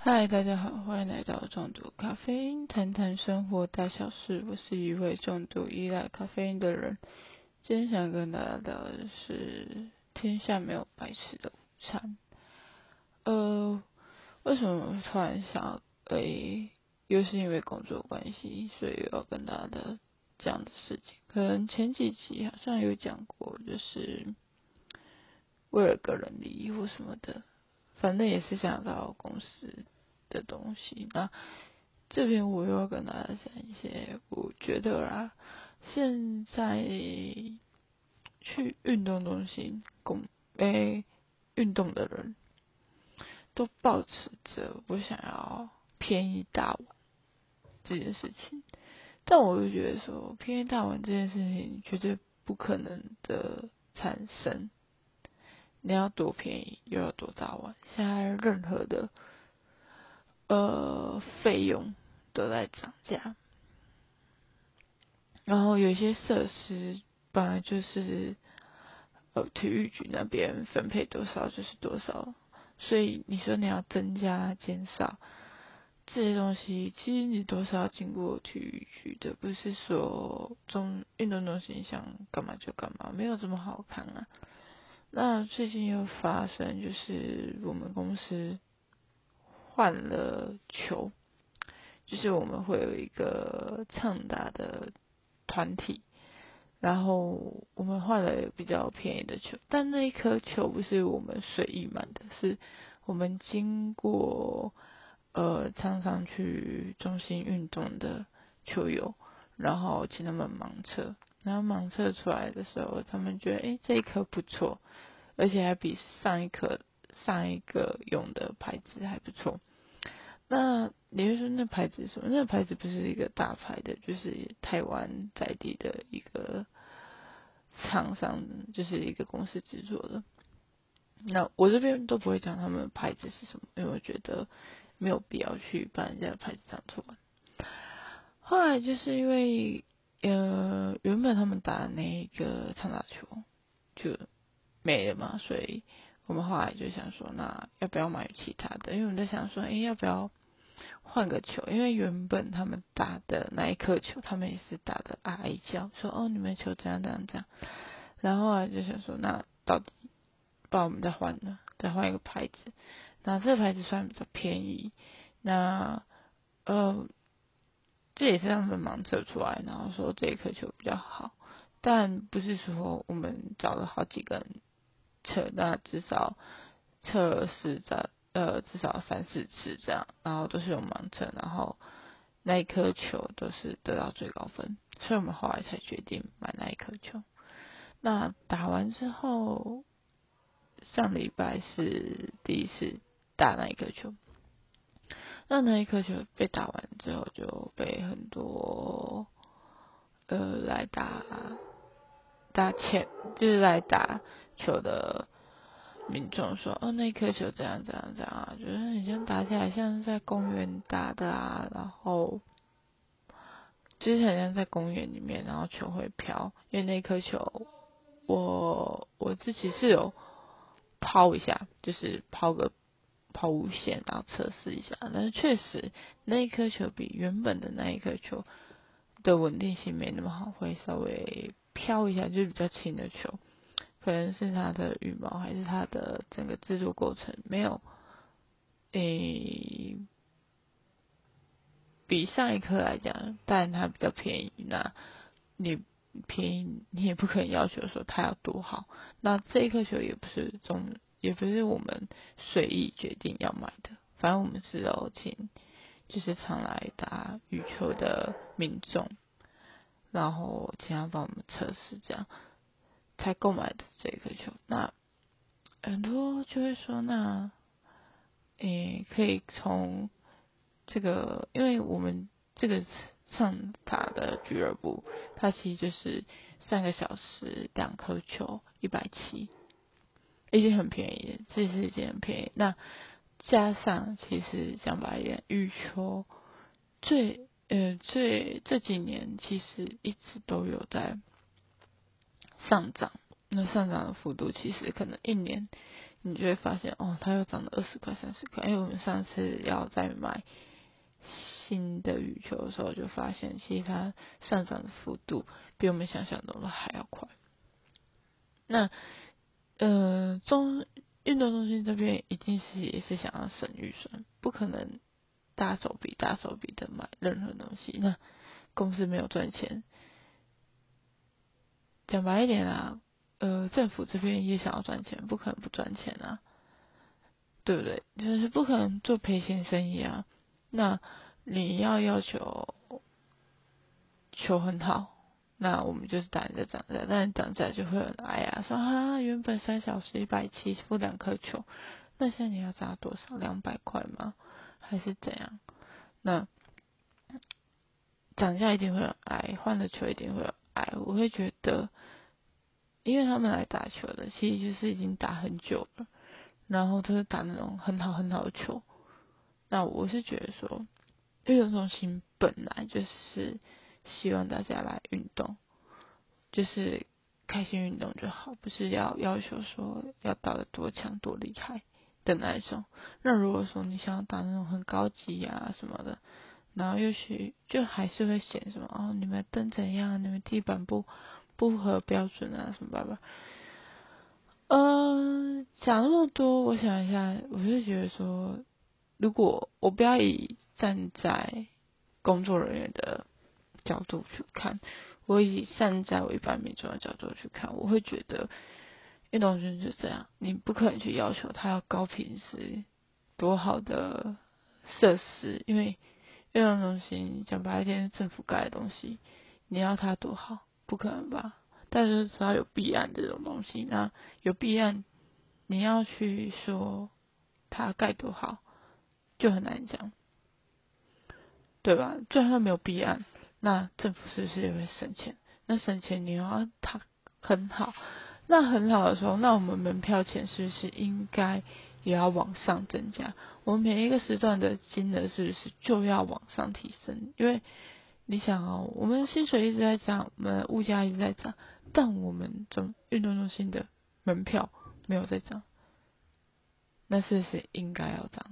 嗨，大家好，欢迎来到重度咖啡因，谈谈生活大小事。我是一位重度依赖咖啡因的人。今天想跟大家聊的是天下没有白吃的午餐。为什么突然想又是因为工作关系，所以要跟大家聊这样的事情。可能前几集好像有讲过，就是为了个人利益或什么的，反正也是想到公司的东西。那这边我又要跟大家讲一些，我觉得现在去运动中心运动的人都抱持着我想要便宜大碗这件事情，但我就觉得说便宜大碗这件事情绝对不可能的产生。你要多便宜又要多大碗，现在任何的费用都在涨价，然后有些设施本来就是体育局那边分配多少就是多少，所以你说你要增加减少这些东西，其实你都是要经过体育局的，不是说运动中心想干嘛就干嘛，没有这么好看啊。那最近又发生就是我们公司换了球，就是我们会有一个畅打的团体，然后我们换了比较便宜的球，但那一颗球不是我们随意买的，是我们经过常常去中心运动的球友，然后请他们盲测，然后盲测出来的时候，他们觉得这一颗不错，而且还比上一个用的牌子还不错。那你会说那牌子是什么？那牌子不是一个大牌的，就是台湾在地的一个厂商，就是一个公司制作的。那我这边都不会讲他们的牌子是什么，因为我觉得没有必要去把人家的牌子讲出来。后来就是因为原本他们打的那个长打球就没了嘛，所以我们后来就想说，那要不要买其他的？因为我们在想说，要不要换个球？因为原本他们打的那一颗球，他们也是打的啊一叫，说你们球怎样怎样怎样。然后后来就想说，那到底把我们再换一个牌子。那这个牌子算比较便宜，那这也是让他们盲测出来，然后说这一颗球比较好，但不是说我们找了好几个人测，那至少测试至少3-4次这样，然后都是用盲测，然后那一颗球都是得到最高分，所以我们后来才决定买那一颗球。那打完之后，上礼拜是第一次打那一颗球，那一颗球被打完之后，就被很多来就是来打球的民众说，那一颗球怎样怎样怎样啊，就是你像打起来像是在公园打的啊，然后就是很像在公园里面，然后球会飘，因为那颗球我自己是有抛一下，就是抛物线，然后测试一下，但是确实那一颗球比原本的那一颗球的稳定性没那么好，会稍微飘一下，就是比较轻的球，可能是它的羽毛还是它的整个制作过程没有比上一颗来讲，但它比较便宜，那你便宜你也不可能要求说它要多好，那这一颗球也不是我们随意决定要买的，反正我们是有请就是常来打羽球的民众，然后请他帮我们测试，这样才购买的这颗球。那很多就会说，那可以从这个，因为我们这个上塔的俱乐部，它其实就是3个小时2颗球170，已经很便宜了，这是已经很便宜。那加上其实讲白一点，羽球这几年其实一直都有在上涨，那上涨的幅度其实可能一年你就会发现它又涨了20块30块，因为我们上次要再买新的羽球的时候，就发现其实它上涨的幅度比我们想象中的还要快。那运动中心这边一定是也是想要省预算，不可能大手笔的买任何东西。那公司没有赚钱，讲白一点啊，政府这边也想要赚钱，不可能不赚钱啊，对不对？就是不可能做赔钱生意啊。那你要求很好，那我们就是打你的涨价，但是涨价就会有人哎呀说原本3小时170付2颗球，那现在你要砸多少？200块吗？还是怎样？那涨价一定会有挨，换了球一定会有挨。我会觉得，因为他们来打球的，其实就是已经打很久了，然后都是打那种很好的球。那我是觉得说，运动中心本来就是希望大家来运动，就是开心运动就好，不是要求说要打得多强多厉害的那一种。那如果说你想要打那种很高级啊什么的，然后又许就还是会嫌什么你们灯怎样，你们地板不合标准啊什么吧吧。讲那么多，我想一下，我就觉得说，如果我不要以站在工作人员的角度去看，我以站在我一般民众的角度去看，我会觉得运动员就这样，你不可能去要求他要高品质、多好的设施，因为运动中心讲白一点是政府盖的东西，你要它多好，不可能吧？但是只要有弊案这种东西，那有弊案，你要去说它盖多好，就很难讲，对吧？就算没有弊案，那政府是不是也会省钱？那省钱你要它很好，那很好的时候，那我们门票钱是不是应该也要往上增加？我们每一个时段的金额是不是就要往上提升？因为你想我们薪水一直在涨，我们物价一直在涨，但我们运动中心的门票没有在涨，那是不是应该要涨？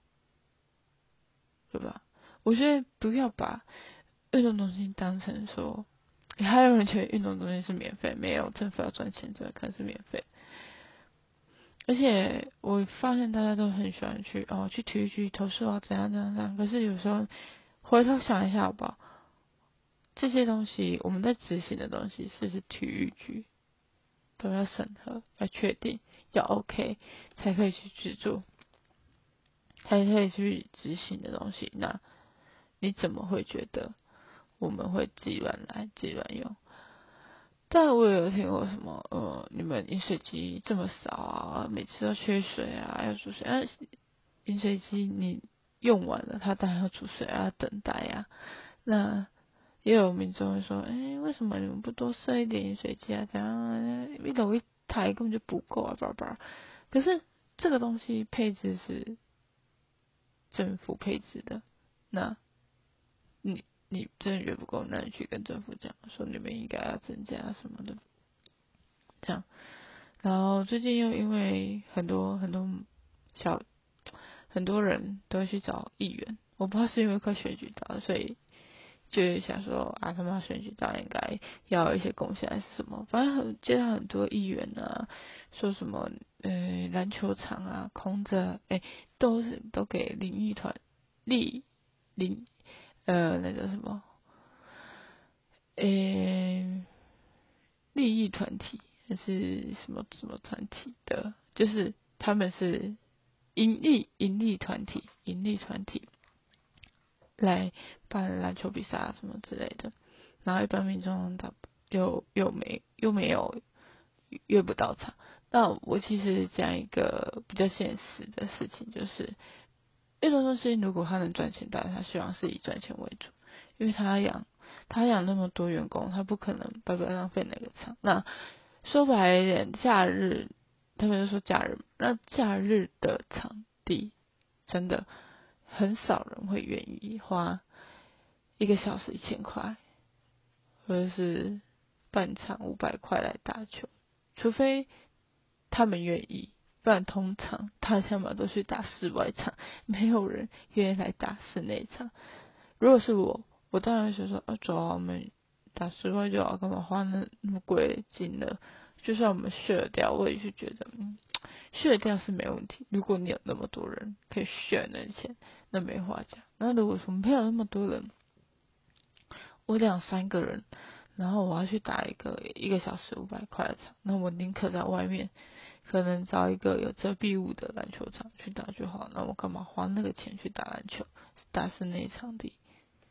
对吧？我觉得不要把运动中心当成说，还有人觉得运动中心是免费，没有，政府要赚钱，这个可能是免费。而且我发现大家都很喜欢去体育局投诉怎样怎样怎样，可是有时候回头想一下好不好？这些东西我们在执行的东西，是不是体育局都要审核，要确定，要 OK 才可以去制作，才可以去执行的东西？那你怎么会觉得我们会自己乱来自己乱用？但我也有听过什么你们饮水机这么少啊，每次都缺水啊，要煮水饮水机你用完了，它当然要煮水要等待啊。那也有民众会说，为什么你们不多设一点饮水机啊？怎样一楼一台根本就不够啊，叭叭。可是这个东西配置是政府配置的，那你真的觉得不够，那你去跟政府讲，说你们应该要增加什么的，这样。然后最近又因为很多很多人都会去找议员，我不知道是因为快选举到了，所以就想说他们选举到应该要有一些贡献还是什么，反正接到很多议员啊，说什么篮球场啊空着，都给领域团利领那个什么利益团体还是什么团体的，就是他们是盈利团体来办篮球比赛啊什么之类的，然后一般民众他又没有约不到场。那我其实讲一个比较现实的事情，就是运动中心如果他能赚钱，当然他希望是以赚钱为主，因为他养那么多员工，他不可能白白浪费那个场。那说白一点，假日他们就说假日，那假日的场地真的很少人会愿意花1个小时1000块，或者是半场500块来打球，除非他们愿意。 不然通常大家嘛都去打室外场，没有人愿意来打室内场。如果是我当然会想说，走啊，我们打室外就好，干嘛花那么贵的金额？就算我们share掉，我也是觉得share掉是没问题。如果你有那么多人可以share那钱，那没话讲。那如果说没有那么多人，我2-3个人，然后我要去打一个小时500块的场，那我宁可在外面可能找一个有遮蔽物的篮球场去打就好。那我干嘛花那个钱去打篮球，打室内场地，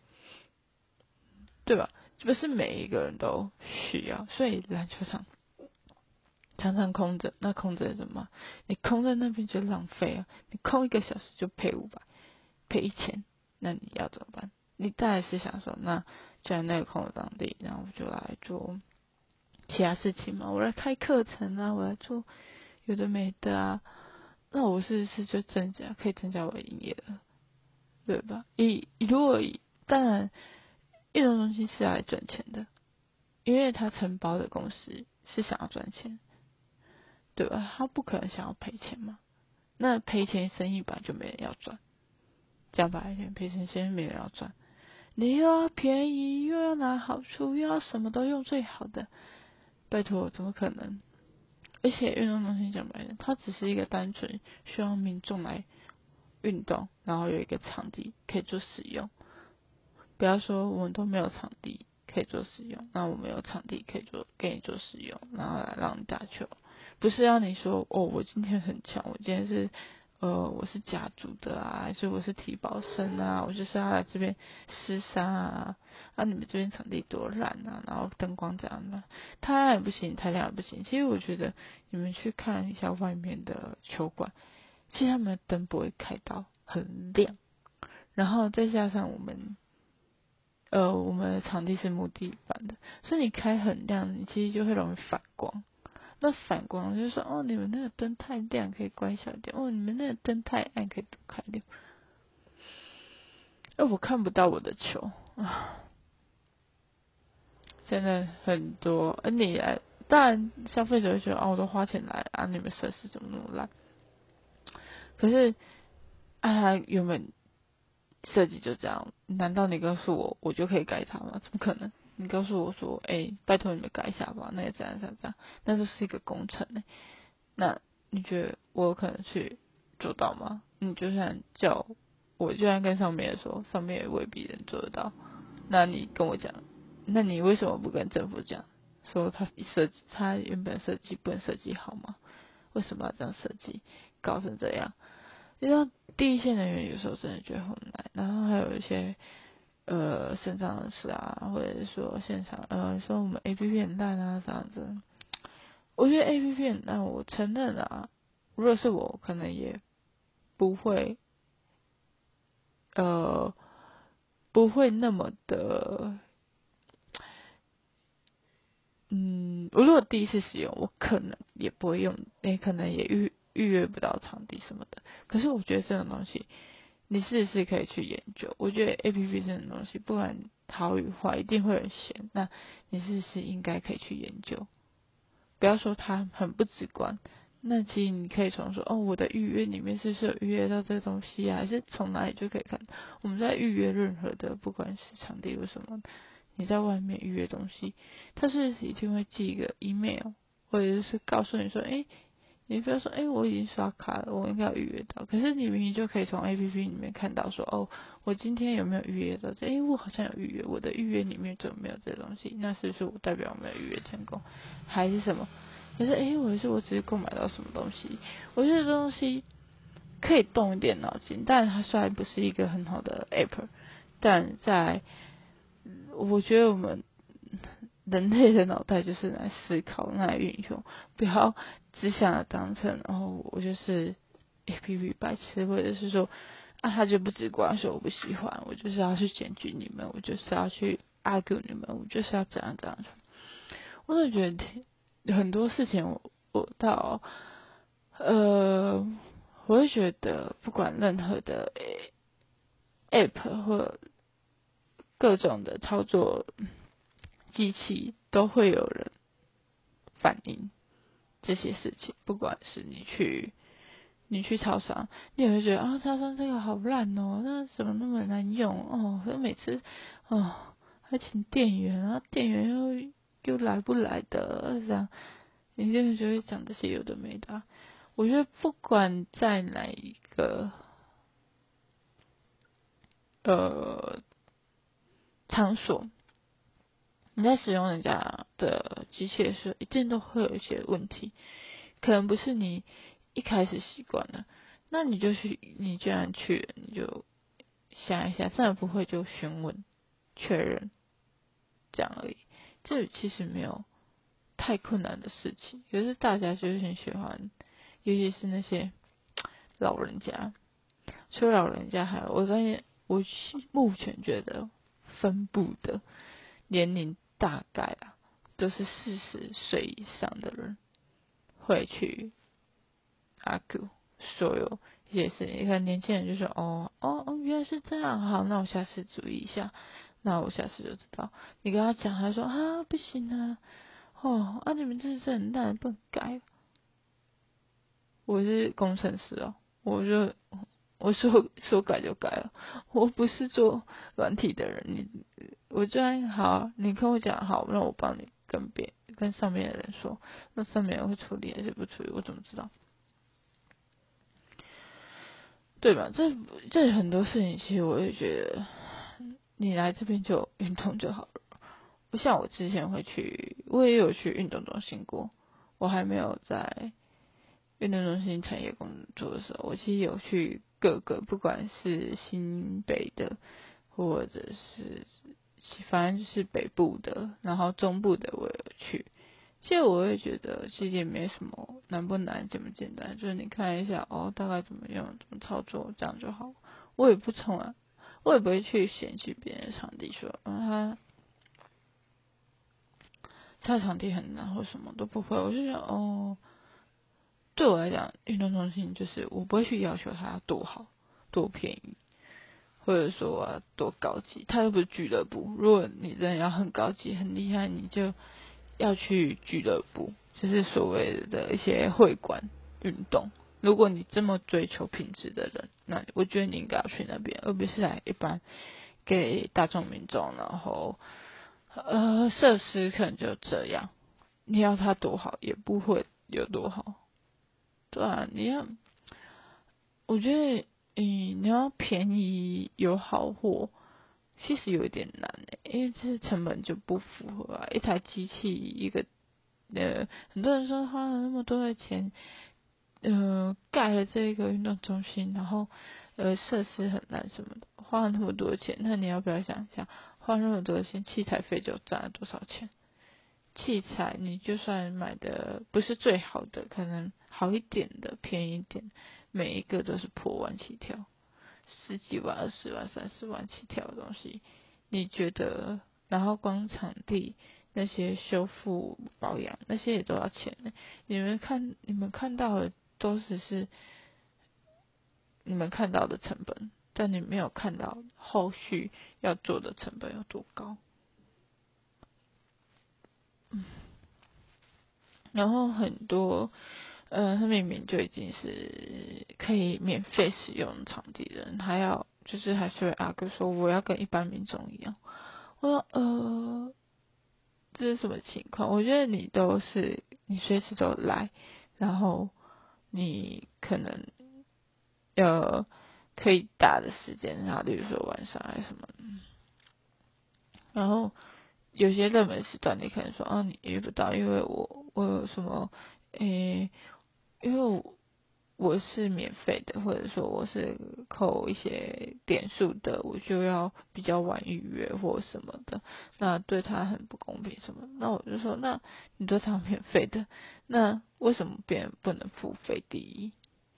对吧？不是每一个人都需要，所以篮球场常常空着，那空着什么？你空在那边就浪费啊！你空1个小时就赔500，赔1000，那你要怎么办？你当然是想说，那既然那个空的场地，然后我就来做其他事情嘛，我来开课程啊，我来做有的没的啊，那我是不是就可以增加我的营业额，对吧？如果当然，运动中心是来赚钱的，因为他承包的公司是想要赚钱。对吧？他不可能想要赔钱嘛？那赔钱生意本来就没人要赚。讲白一点，赔钱生意没人要赚。你又要便宜，又要拿好处，又要什么都用最好的，拜托，怎么可能？而且运动中心讲白了，它只是一个单纯需要民众来运动，然后有一个场地可以做使用。不要说我们都没有场地可以做使用，那我们有场地可以给你做使用，然后来让你打球。不是要你说我今天很强，我今天是我是甲组的啊，还是我是体保生啊，我就是要来这边厮杀啊，你们这边场地多烂啊，然后灯光这样的，太暗也不行，太亮也不行。其实我觉得你们去看一下外面的球馆，其实他们的灯不会开到很亮，然后再加上我们的场地是木地板的，所以你开很亮，你其实就会容易反光。那反光就是说，你们那个灯太亮，可以关小点；你们那个灯太暗，可以多开点。我看不到我的球啊，真的很多。你来，当然消费者会觉得，我都花钱来啊，你们设施怎么那么烂？可是，他原本设计就这样，难道你告诉我就可以改它吗？怎么可能？你告诉我说，拜托你们改一下吧，那也这样，那就是一个工程那你觉得我有可能去做到吗？你就算叫我，就算跟上面说，上面也未必能做得到。那你跟我讲，那你为什么不跟政府讲，说他原本设计不能设计好吗？为什么要这样设计，搞成这样？你知道第一线人员有时候真的觉得很难，然后还有一些肾脏人士啊，或者是说现场说我们 APP 很烂啊这样子。我觉得 APP 很烂，我承认啊，如果是我，可能也不会不会那么的我如果第一次使用，我可能也不会用，可能也预约不到场地什么的。可是我觉得这种东西，你是可以去研究。我觉得 APP 这种东西，不管好与坏，一定会有嫌。那你是应该可以去研究。不要说它很不直观，那其实你可以从说我的预约里面是不是有预约到这个东西啊？还是从哪里就可以看？我们在预约任何的，不管是场地或什么，你在外面预约东西，它是不是一定会寄一个 email， 或者是告诉你说，你不要说，我已经刷卡了，我应该有预约到。可是你明明就可以从 APP 里面看到说，我今天有没有预约到这？我好像有预约，我的预约里面怎么没有这东西？那是不是我代表我没有预约成功，还是什么？可是我只是购买到什么东西？我觉得这东西可以动一点脑筋，但它虽然不是一个很好的 app， 但我觉得我们人类的脑袋就是来思考、来运用，不要只想着当成我就是 APP 白痴，或者是说他就不直观，说我不喜欢，我就是要去检举你们，我就是要去 argue 你们，我就是要怎样。我就觉得很多事情我到我会觉得不管任何的 app 或各种的操作机器都会有人反映这些事情，不管是你去你去超商，你也会觉得啊，超商这个好烂哦，那怎么那么难用哦？每次哦还请店员，然后店员又来不来的这样，你就会讲这些有的没的啊。我觉得不管在哪一个场所，你在使用人家的机器的时候，一定都会有一些问题，可能不是你一开始习惯了，那你既然去了，你就想一下，真的不会就询问确认这样而已，这其实没有太困难的事情，可是大家就是很喜欢，尤其是那些老人家，除了老人家还有我目前觉得分布的年龄大概都是40岁以上的人会去 argue 所有一些事情。你看年轻人就说原来是这样，好，那我下次注意一下，那我下次就知道。你跟他讲，他说啊不行啊，你们这是很烂，不能改。我是工程师哦，我说改就改了，我不是做软体的人。我就然好，你跟我讲好，那我帮你跟上面的人说，那上面人会处理还是不处理，我怎么知道？对吧？这很多事情，其实我也觉得，你来这边就运动就好了。不像我之前我也有去运动中心过，我还没有在运动中心产业工作的时候，我其实有去各个，不管是新北的，或者是反正就是北部的，然后中部的我也有去。其实我会觉得，其实也没什么难不难，简不简单，就是你看一下大概怎么用，怎么操作，这样就好。我也不我也不会去嫌弃别人的场地说，他场地很难或什么都不会，我就觉得对我来讲，运动中心就是我不会去要求它多好、多便宜，或者说多高级。它又不是俱乐部，如果你真的要很高级、很厉害，你就要去俱乐部，就是所谓的一些会馆运动。如果你这么追求品质的人，那我觉得你应该要去那边，而不是来一般给大众民众，然后设施可能就这样，你要它多好也不会有多好。对啊，我觉得，你要便宜有好货，其实有一点难因为这成本就不符合啊。一台机器，很多人说花了那么多的钱，盖了这个运动中心，然后设施很烂什么的，花了那么多钱，那你要不要想一下，花那么多钱，器材费就占了多少钱？器材你就算买的不是最好的，可能好一点的、便宜一点，每一个都是破万起跳，十几万、20万、30万起跳的东西，你觉得？然后光场地那些修复保养那些也都要钱呢。你们看到的都只是你们看到的成本，但你没有看到后续要做的成本有多高。然后很多他明明就已经是可以免费使用场地的人，还是会说我要跟一般民众一样。我说这是什么情况？我觉得你随时都来，然后你可能可以打的时间，然后例如说晚上还是什么，然后有些热门时段你可能说你遇不到，因为我有什么因为我是免费的，或者说我是扣一些点数的，我就要比较晚预约或什么的，那对他很不公平什么。那我就说，那你都唱免费的，那为什么别人不能付费第一？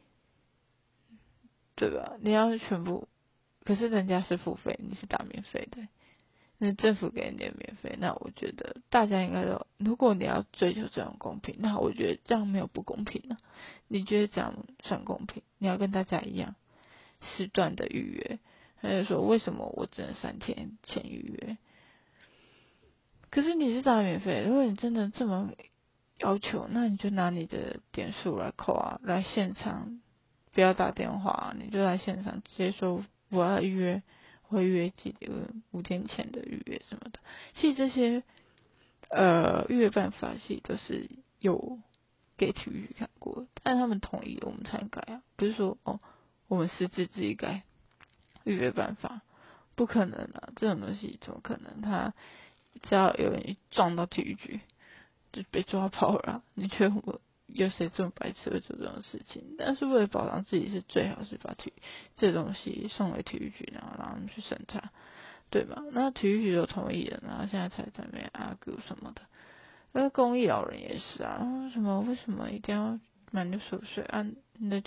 对吧？你要是全部，可是人家是付费，你是打免费的。那政府给你的免费，那我觉得大家应该都，如果你要追求这种公平，那我觉得这样没有不公平了。你觉得这样算公平？你要跟大家一样时段的预约，还是说为什么我只能3天前预约？可是你是打免费，如果你真的这么要求，那你就拿你的点数来扣啊，来现场不要打电话，你就在线上直接说我要预约，会约5天前的预约什么的。其实这些预约办法其实都是有给体育局看过，但他们同意了我们才改啊，不是说我们私自自己改预约办法，不可能啊，这种东西怎么可能？他只要有人一撞到体育局，就被抓跑了啊。你觉得有谁这么白痴会做这种事情？但是为了保障自己，是最好是把这东西送给体育局，然后让他们去审查，对吧？那体育局都同意了，然后现在才在那边 argue 什么的。那公益老人也是啊，为什么一定要满60岁啊？那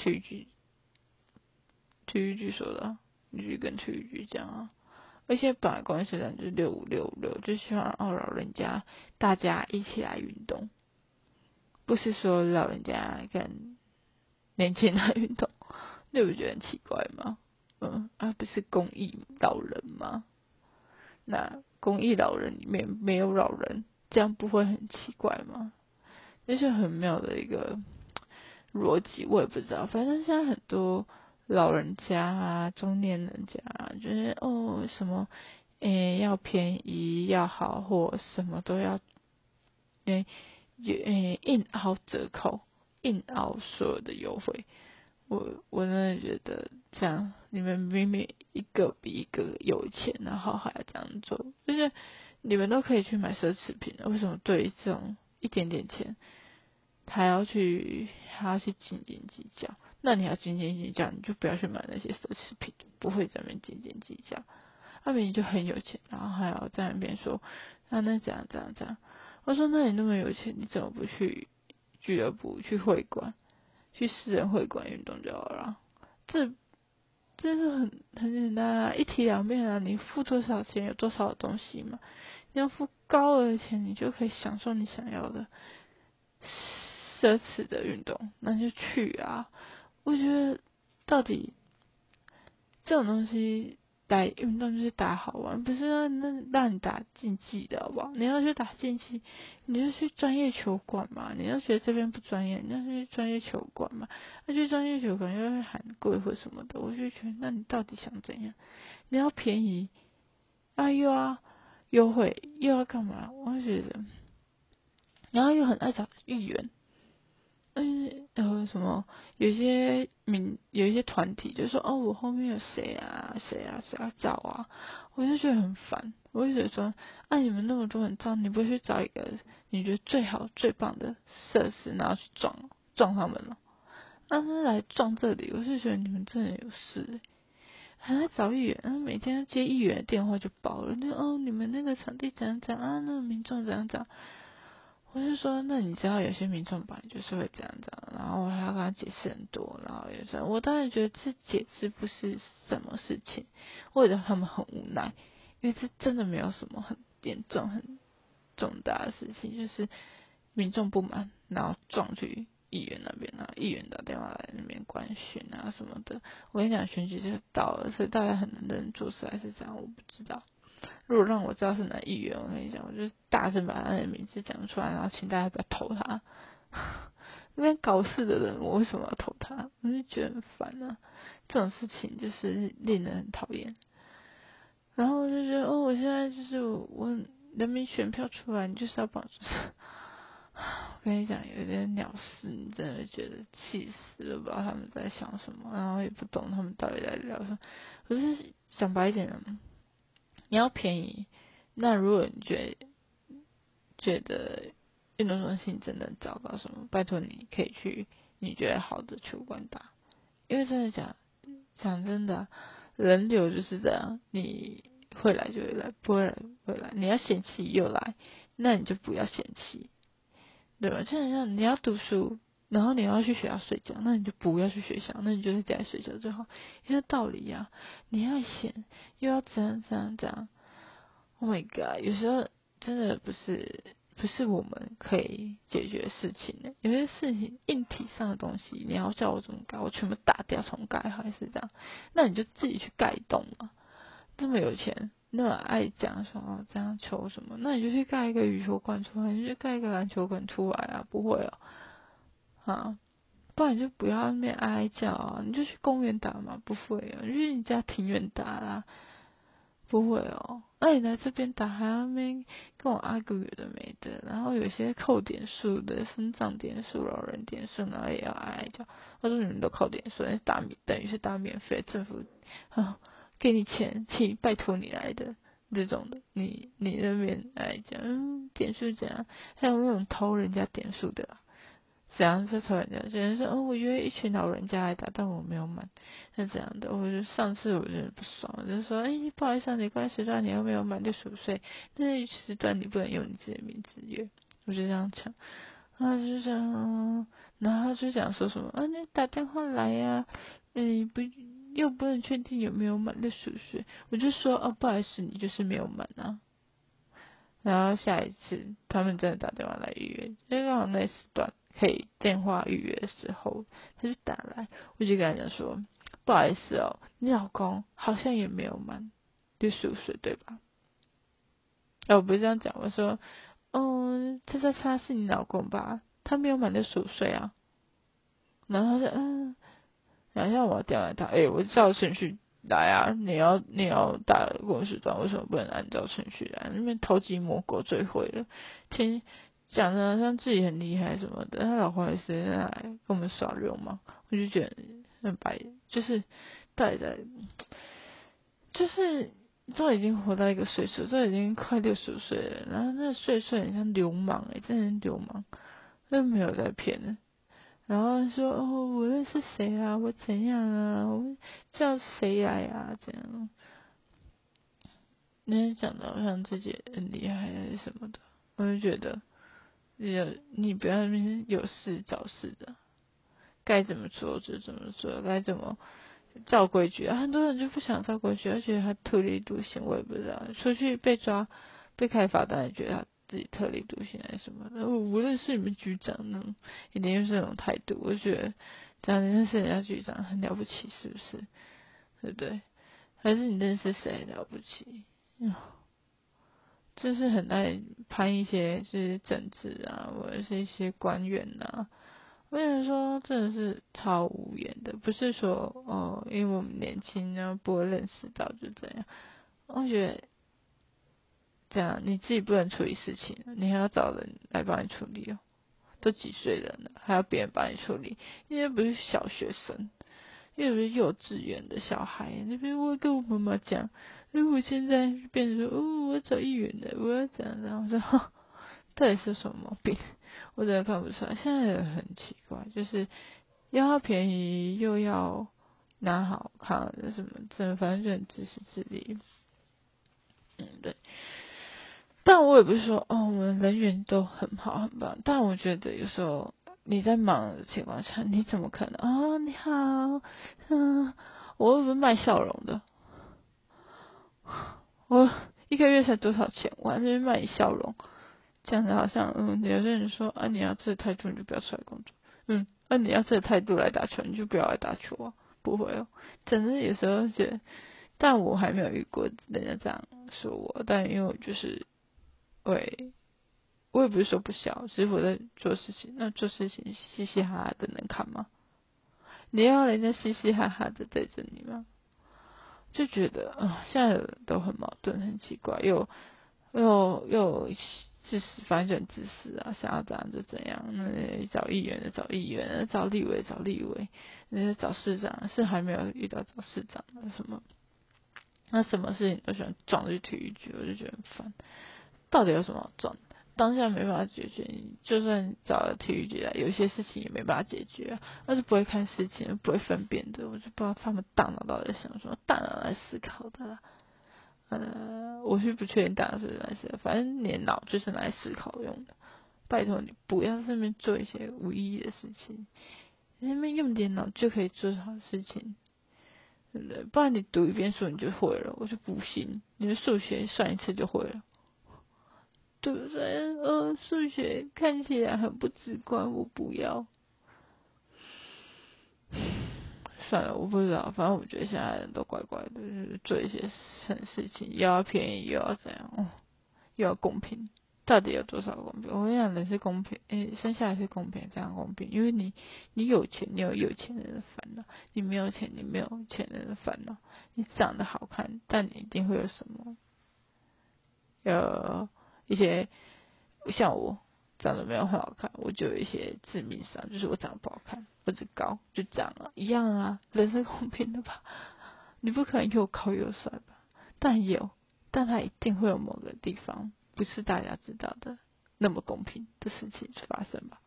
体育局说的啊，你去跟体育局讲啊。而且本来公益社团就是6566，就希望老人家大家一起来运动，不是说老人家跟年轻人运动，你不觉得很奇怪吗？不是公益老人吗？那公益老人里面没有老人，这样不会很奇怪吗？这是很妙的一个逻辑，我也不知道。反正现在很多老人家啊、中年人家啊，就是什么要便宜要好货，什么都要硬凹折扣，硬凹所有的优惠。我真的觉得这样，你们明明一个比一个有钱，然后还要这样做，就是你们都可以去买奢侈品了，为什么对于这种一点点钱，还要去斤斤计较？那你要斤斤计较，你就不要去买那些奢侈品，不会在那边斤斤计较。他明明就很有钱，然后还要在那边说，那怎样怎样怎样。我说那你那么有钱，你怎么不去俱乐部、去会馆、去私人会馆运动就好了？这是很简单啊，一体两面啊。你付多少钱有多少的东西嘛。你要付高额的钱，你就可以享受你想要的奢侈的运动，那就去啊。我觉得到底这种东西来运动就是打好玩，不是让你打竞技的好不好？你要去打竞技，你就去专业球馆嘛。你要觉得这边不专业，你要去专业球馆嘛。那去专业球馆又会很贵或什么的，我就觉得那你到底想怎样？你要便宜又要优惠又要干嘛？我就觉得，然后又很爱找议员。什么？有一些团体就说我后面有谁啊谁啊谁要找啊，我就觉得很烦。我就觉得说，你们那么多人找，你不去找一个你觉得最好最棒的设施，然后去撞他们了？他来撞这里，我就觉得你们真的有事还在找议员，每天接议员的电话就爆了。你们那个场地怎样怎样啊？那个民众怎样怎样？我就说，那你知道有些民众本来就是会这样子，然后我还要跟他解释很多，然后也是，我当然觉得这解释不是什么事情，或者他们很无奈，因为这真的没有什么很严重、很重大的事情，就是民众不满，然后撞去议员那边，然后议员打电话来那边官宣啊什么的。我跟你讲，选举就到了，所以大家很能认真做事还是这样，我不知道。如果让我知道是哪议员，我跟你讲，我就大声把他的名字讲出来，然后请大家不要投他。那边搞事的人，我为什么要投他？我就觉得很烦啊！这种事情就是令人很讨厌。然后我就觉得，我现在就是我人民选票出来，你就是要保持。我跟你讲，有点鸟事，你真的觉得气死了，不知道他们在想什么，然后也不懂他们到底在聊什么。可是讲白一点，你要便宜，那如果你觉得运动中心真的很糟糕什么，拜托你可以去你觉得好的球馆打，因为真的讲真的，人流就是这样，你会来就会来，不会来不会来，你要嫌弃又来，那你就不要嫌弃，对吧？就很像你要读书，然后你要去学校睡觉，那你就不要去学校，那你就在家里睡觉就好，因为道理呀，你要嫌又要怎样怎样怎样。Oh my god！有时候真的不是我们可以解决的事情的，有些事情硬体上的东西，你要叫我怎么改，我全部打掉重盖还是这样？那你就自己去盖一栋嘛。这么有钱，那么爱讲说这样求什么？那你就去盖一个羽球馆出来，你就去盖一个篮球馆出来啊？不会啊？ 不然你就不要那边哀叫啊，你就去公园打嘛，不会哦，你去你家庭院打啦，不会哦。那你来这边打还要那边跟我argue有的没的，然后有些扣点数的，生长点数、老人点数，然后也要哀叫。我说你们都扣点数，那打等于是打免费，政府给你钱，请拜托你来的。这种的，你那边来讲，点数怎样？还有那种偷人家点数的，怎样是偷人家？有人说我约一群老人家来打，但我没有满，是这样的。我就上次我就不爽，我就说，不好意思啊，你关时段你又没有满65岁，那时段你不能用你自己的名字约，我就这样讲。他就讲，然后他就讲说什么你打电话来呀，又不能确定有没有满65岁，我就说不好意思，你就是没有满啊。然后下一次他们真的打电话来预约，就刚好那时段可以电话预约的时候，他就打来，我就跟他讲说，不好意思哦，你老公好像也没有满65岁对吧？我不是这样讲，我说叉是你老公吧？他没有满65岁啊。然后他说然后我调来他，我照程序来啊，你要打公时段，为什么不能按照程序来？那边偷鸡摸狗最会了，讲的好像自己很厉害什么的，他老婆也是来跟我们耍流氓，我就觉得很白，就是到底在，就是都已经活到一个岁数，都已经快65岁了，然后那个岁数很像流氓真的是流氓，真没有在骗人。然后说我认识谁啊，我怎样啊，我叫谁来啊，这样。那讲的好像自己很厉害还是什么的，我就觉得你不要那边有事找事的，该怎么做就怎么做，该怎么照规矩很多人就不想照规矩，而且他特立独行，我也不知道，出去被抓被开罚单，也觉得他自己特立独行还是什么的。我无论是你们局长呢，一定就是那种态度，我就觉得这样认识人家局长很了不起，是不是？对不对？还是你认识谁了不起？就是很爱攀一些就是政治啊，或者是一些官员啊。我有人说真的是超无言的，不是说因为我们年轻然后不会认识到就这样。我觉得这样你自己不能处理事情，你还要找人来帮你处理哦。都几岁人了，还要别人帮你处理，因为不是小学生，又不是幼稚园的小孩。那边我跟我妈妈讲，我现在变成说我找议员的，我要这样，然后我说到底是什么毛病？我真的看不出来。现在人很奇怪，就是要便宜又要拿好看什么，真的反正就很自私自利。对。但我也不是说我们人员都很好很棒，但我觉得有时候你在忙的情况下，你怎么可能你好，我又不是卖笑容的，我一个月才多少钱，我还是卖你笑容，这样子好像有些人说你要这个态度你就不要出来工作，你要这个态度来打球你就不要来打球啊，不会哦，真的有时候觉得，但我还没有遇过人家这样说我，但因为我就是我也不是说不笑，只是我在做事情，那做事情嘻嘻哈哈的能看吗？你要人家嘻嘻哈哈的对着你吗？就觉得现在的人都很矛盾，很奇怪，又自私，反正就很自私啊，想要怎样就怎样。那找议员的找议员，找立委找立委，那找市长是还没有遇到找市长的什么，那什么事情都喜欢撞去体育局，我就觉得很烦。到底有什么好撞？当下没办法解决，你就算找了体育局来，有些事情也没办法解决那是不会看事情，不会分辨的。我就不知道他们大脑到底在想什么，大脑来思考的啦。我是不确定大脑是来思考，反正你的脑就是拿来思考用的。拜托你不要在那边做一些无意义的事情，你那边用点脑就可以做好事情，对不对？不然你读一遍书你就会了，我就不信你的数学算一次就会了。对不对？数学看起来很不直观，我不要。算了，我不知道，反正我觉得现在人都怪怪的，就是做一些事情，又要便宜又要怎样，又要公平。 到底有多少公平？我跟你讲，人是公平，生下来是公平，这样公平。因为你有钱，你有有钱人的烦恼；你没有钱，你没有钱人的烦恼。你长得好看，但你一定会有什么，一些像我长得没有很好看，我就有一些致命伤，就是我长得不好看，我只高，就这样啊，一样啊，人是公平的吧？你不可能又高又帅吧？但他一定会有某个地方不是大家知道的那么公平的事情发生吧。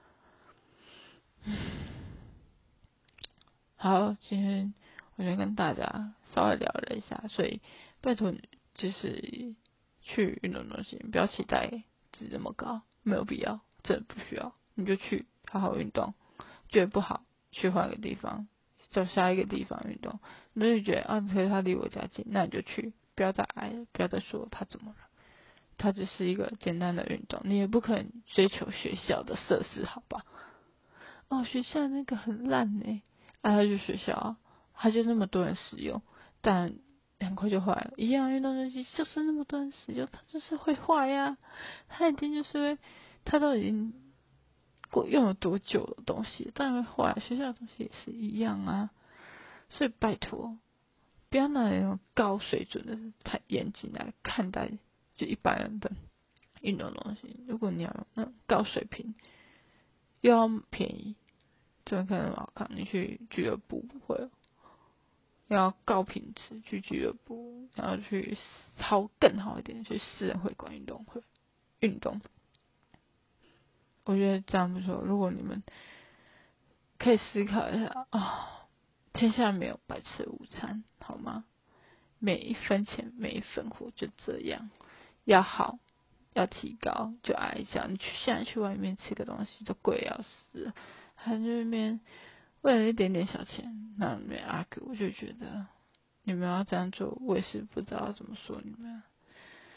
好，今天我就跟大家稍微聊了一下，所以拜托你就是去运动中心，不要期待值这么高，没有必要，真的不需要，你就去好好运动，觉得不好去换个地方，找下一个地方运动。那就觉得可是他离我家近，那你就去，不要再挨了，不要再说他怎么了。它只是一个简单的运动，你也不可能追求学校的设施，好吧？学校那个很烂呢，它就学校啊，它就那么多人使用，但很快就坏了。一样运动中心就是那么多人使用，它就是会坏呀，它一定就是会，它都已经用了多久的东西，当然会坏。学校的东西也是一样啊，所以拜托，不要拿那种高水准的眼睛来看待就一般人的运动东西。如果你要用那种高水平又要便宜，怎么可能好看？你去俱乐部会要高品质去俱乐部，然后去更好一点去私人会馆运动。我觉得这样不错。如果你们可以思考一下天下没有白吃的午餐，好吗？每一分钱每一分货，就这样。要好要提高就挨一下。你现在去外面吃个东西都贵要死了，还在那边为了一点点小钱，那没 argue，我就觉得你们要这样做，我也是不知道怎么说你们。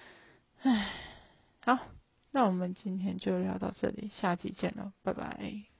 唉，好，那我们今天就聊到这里，下期见了，拜拜。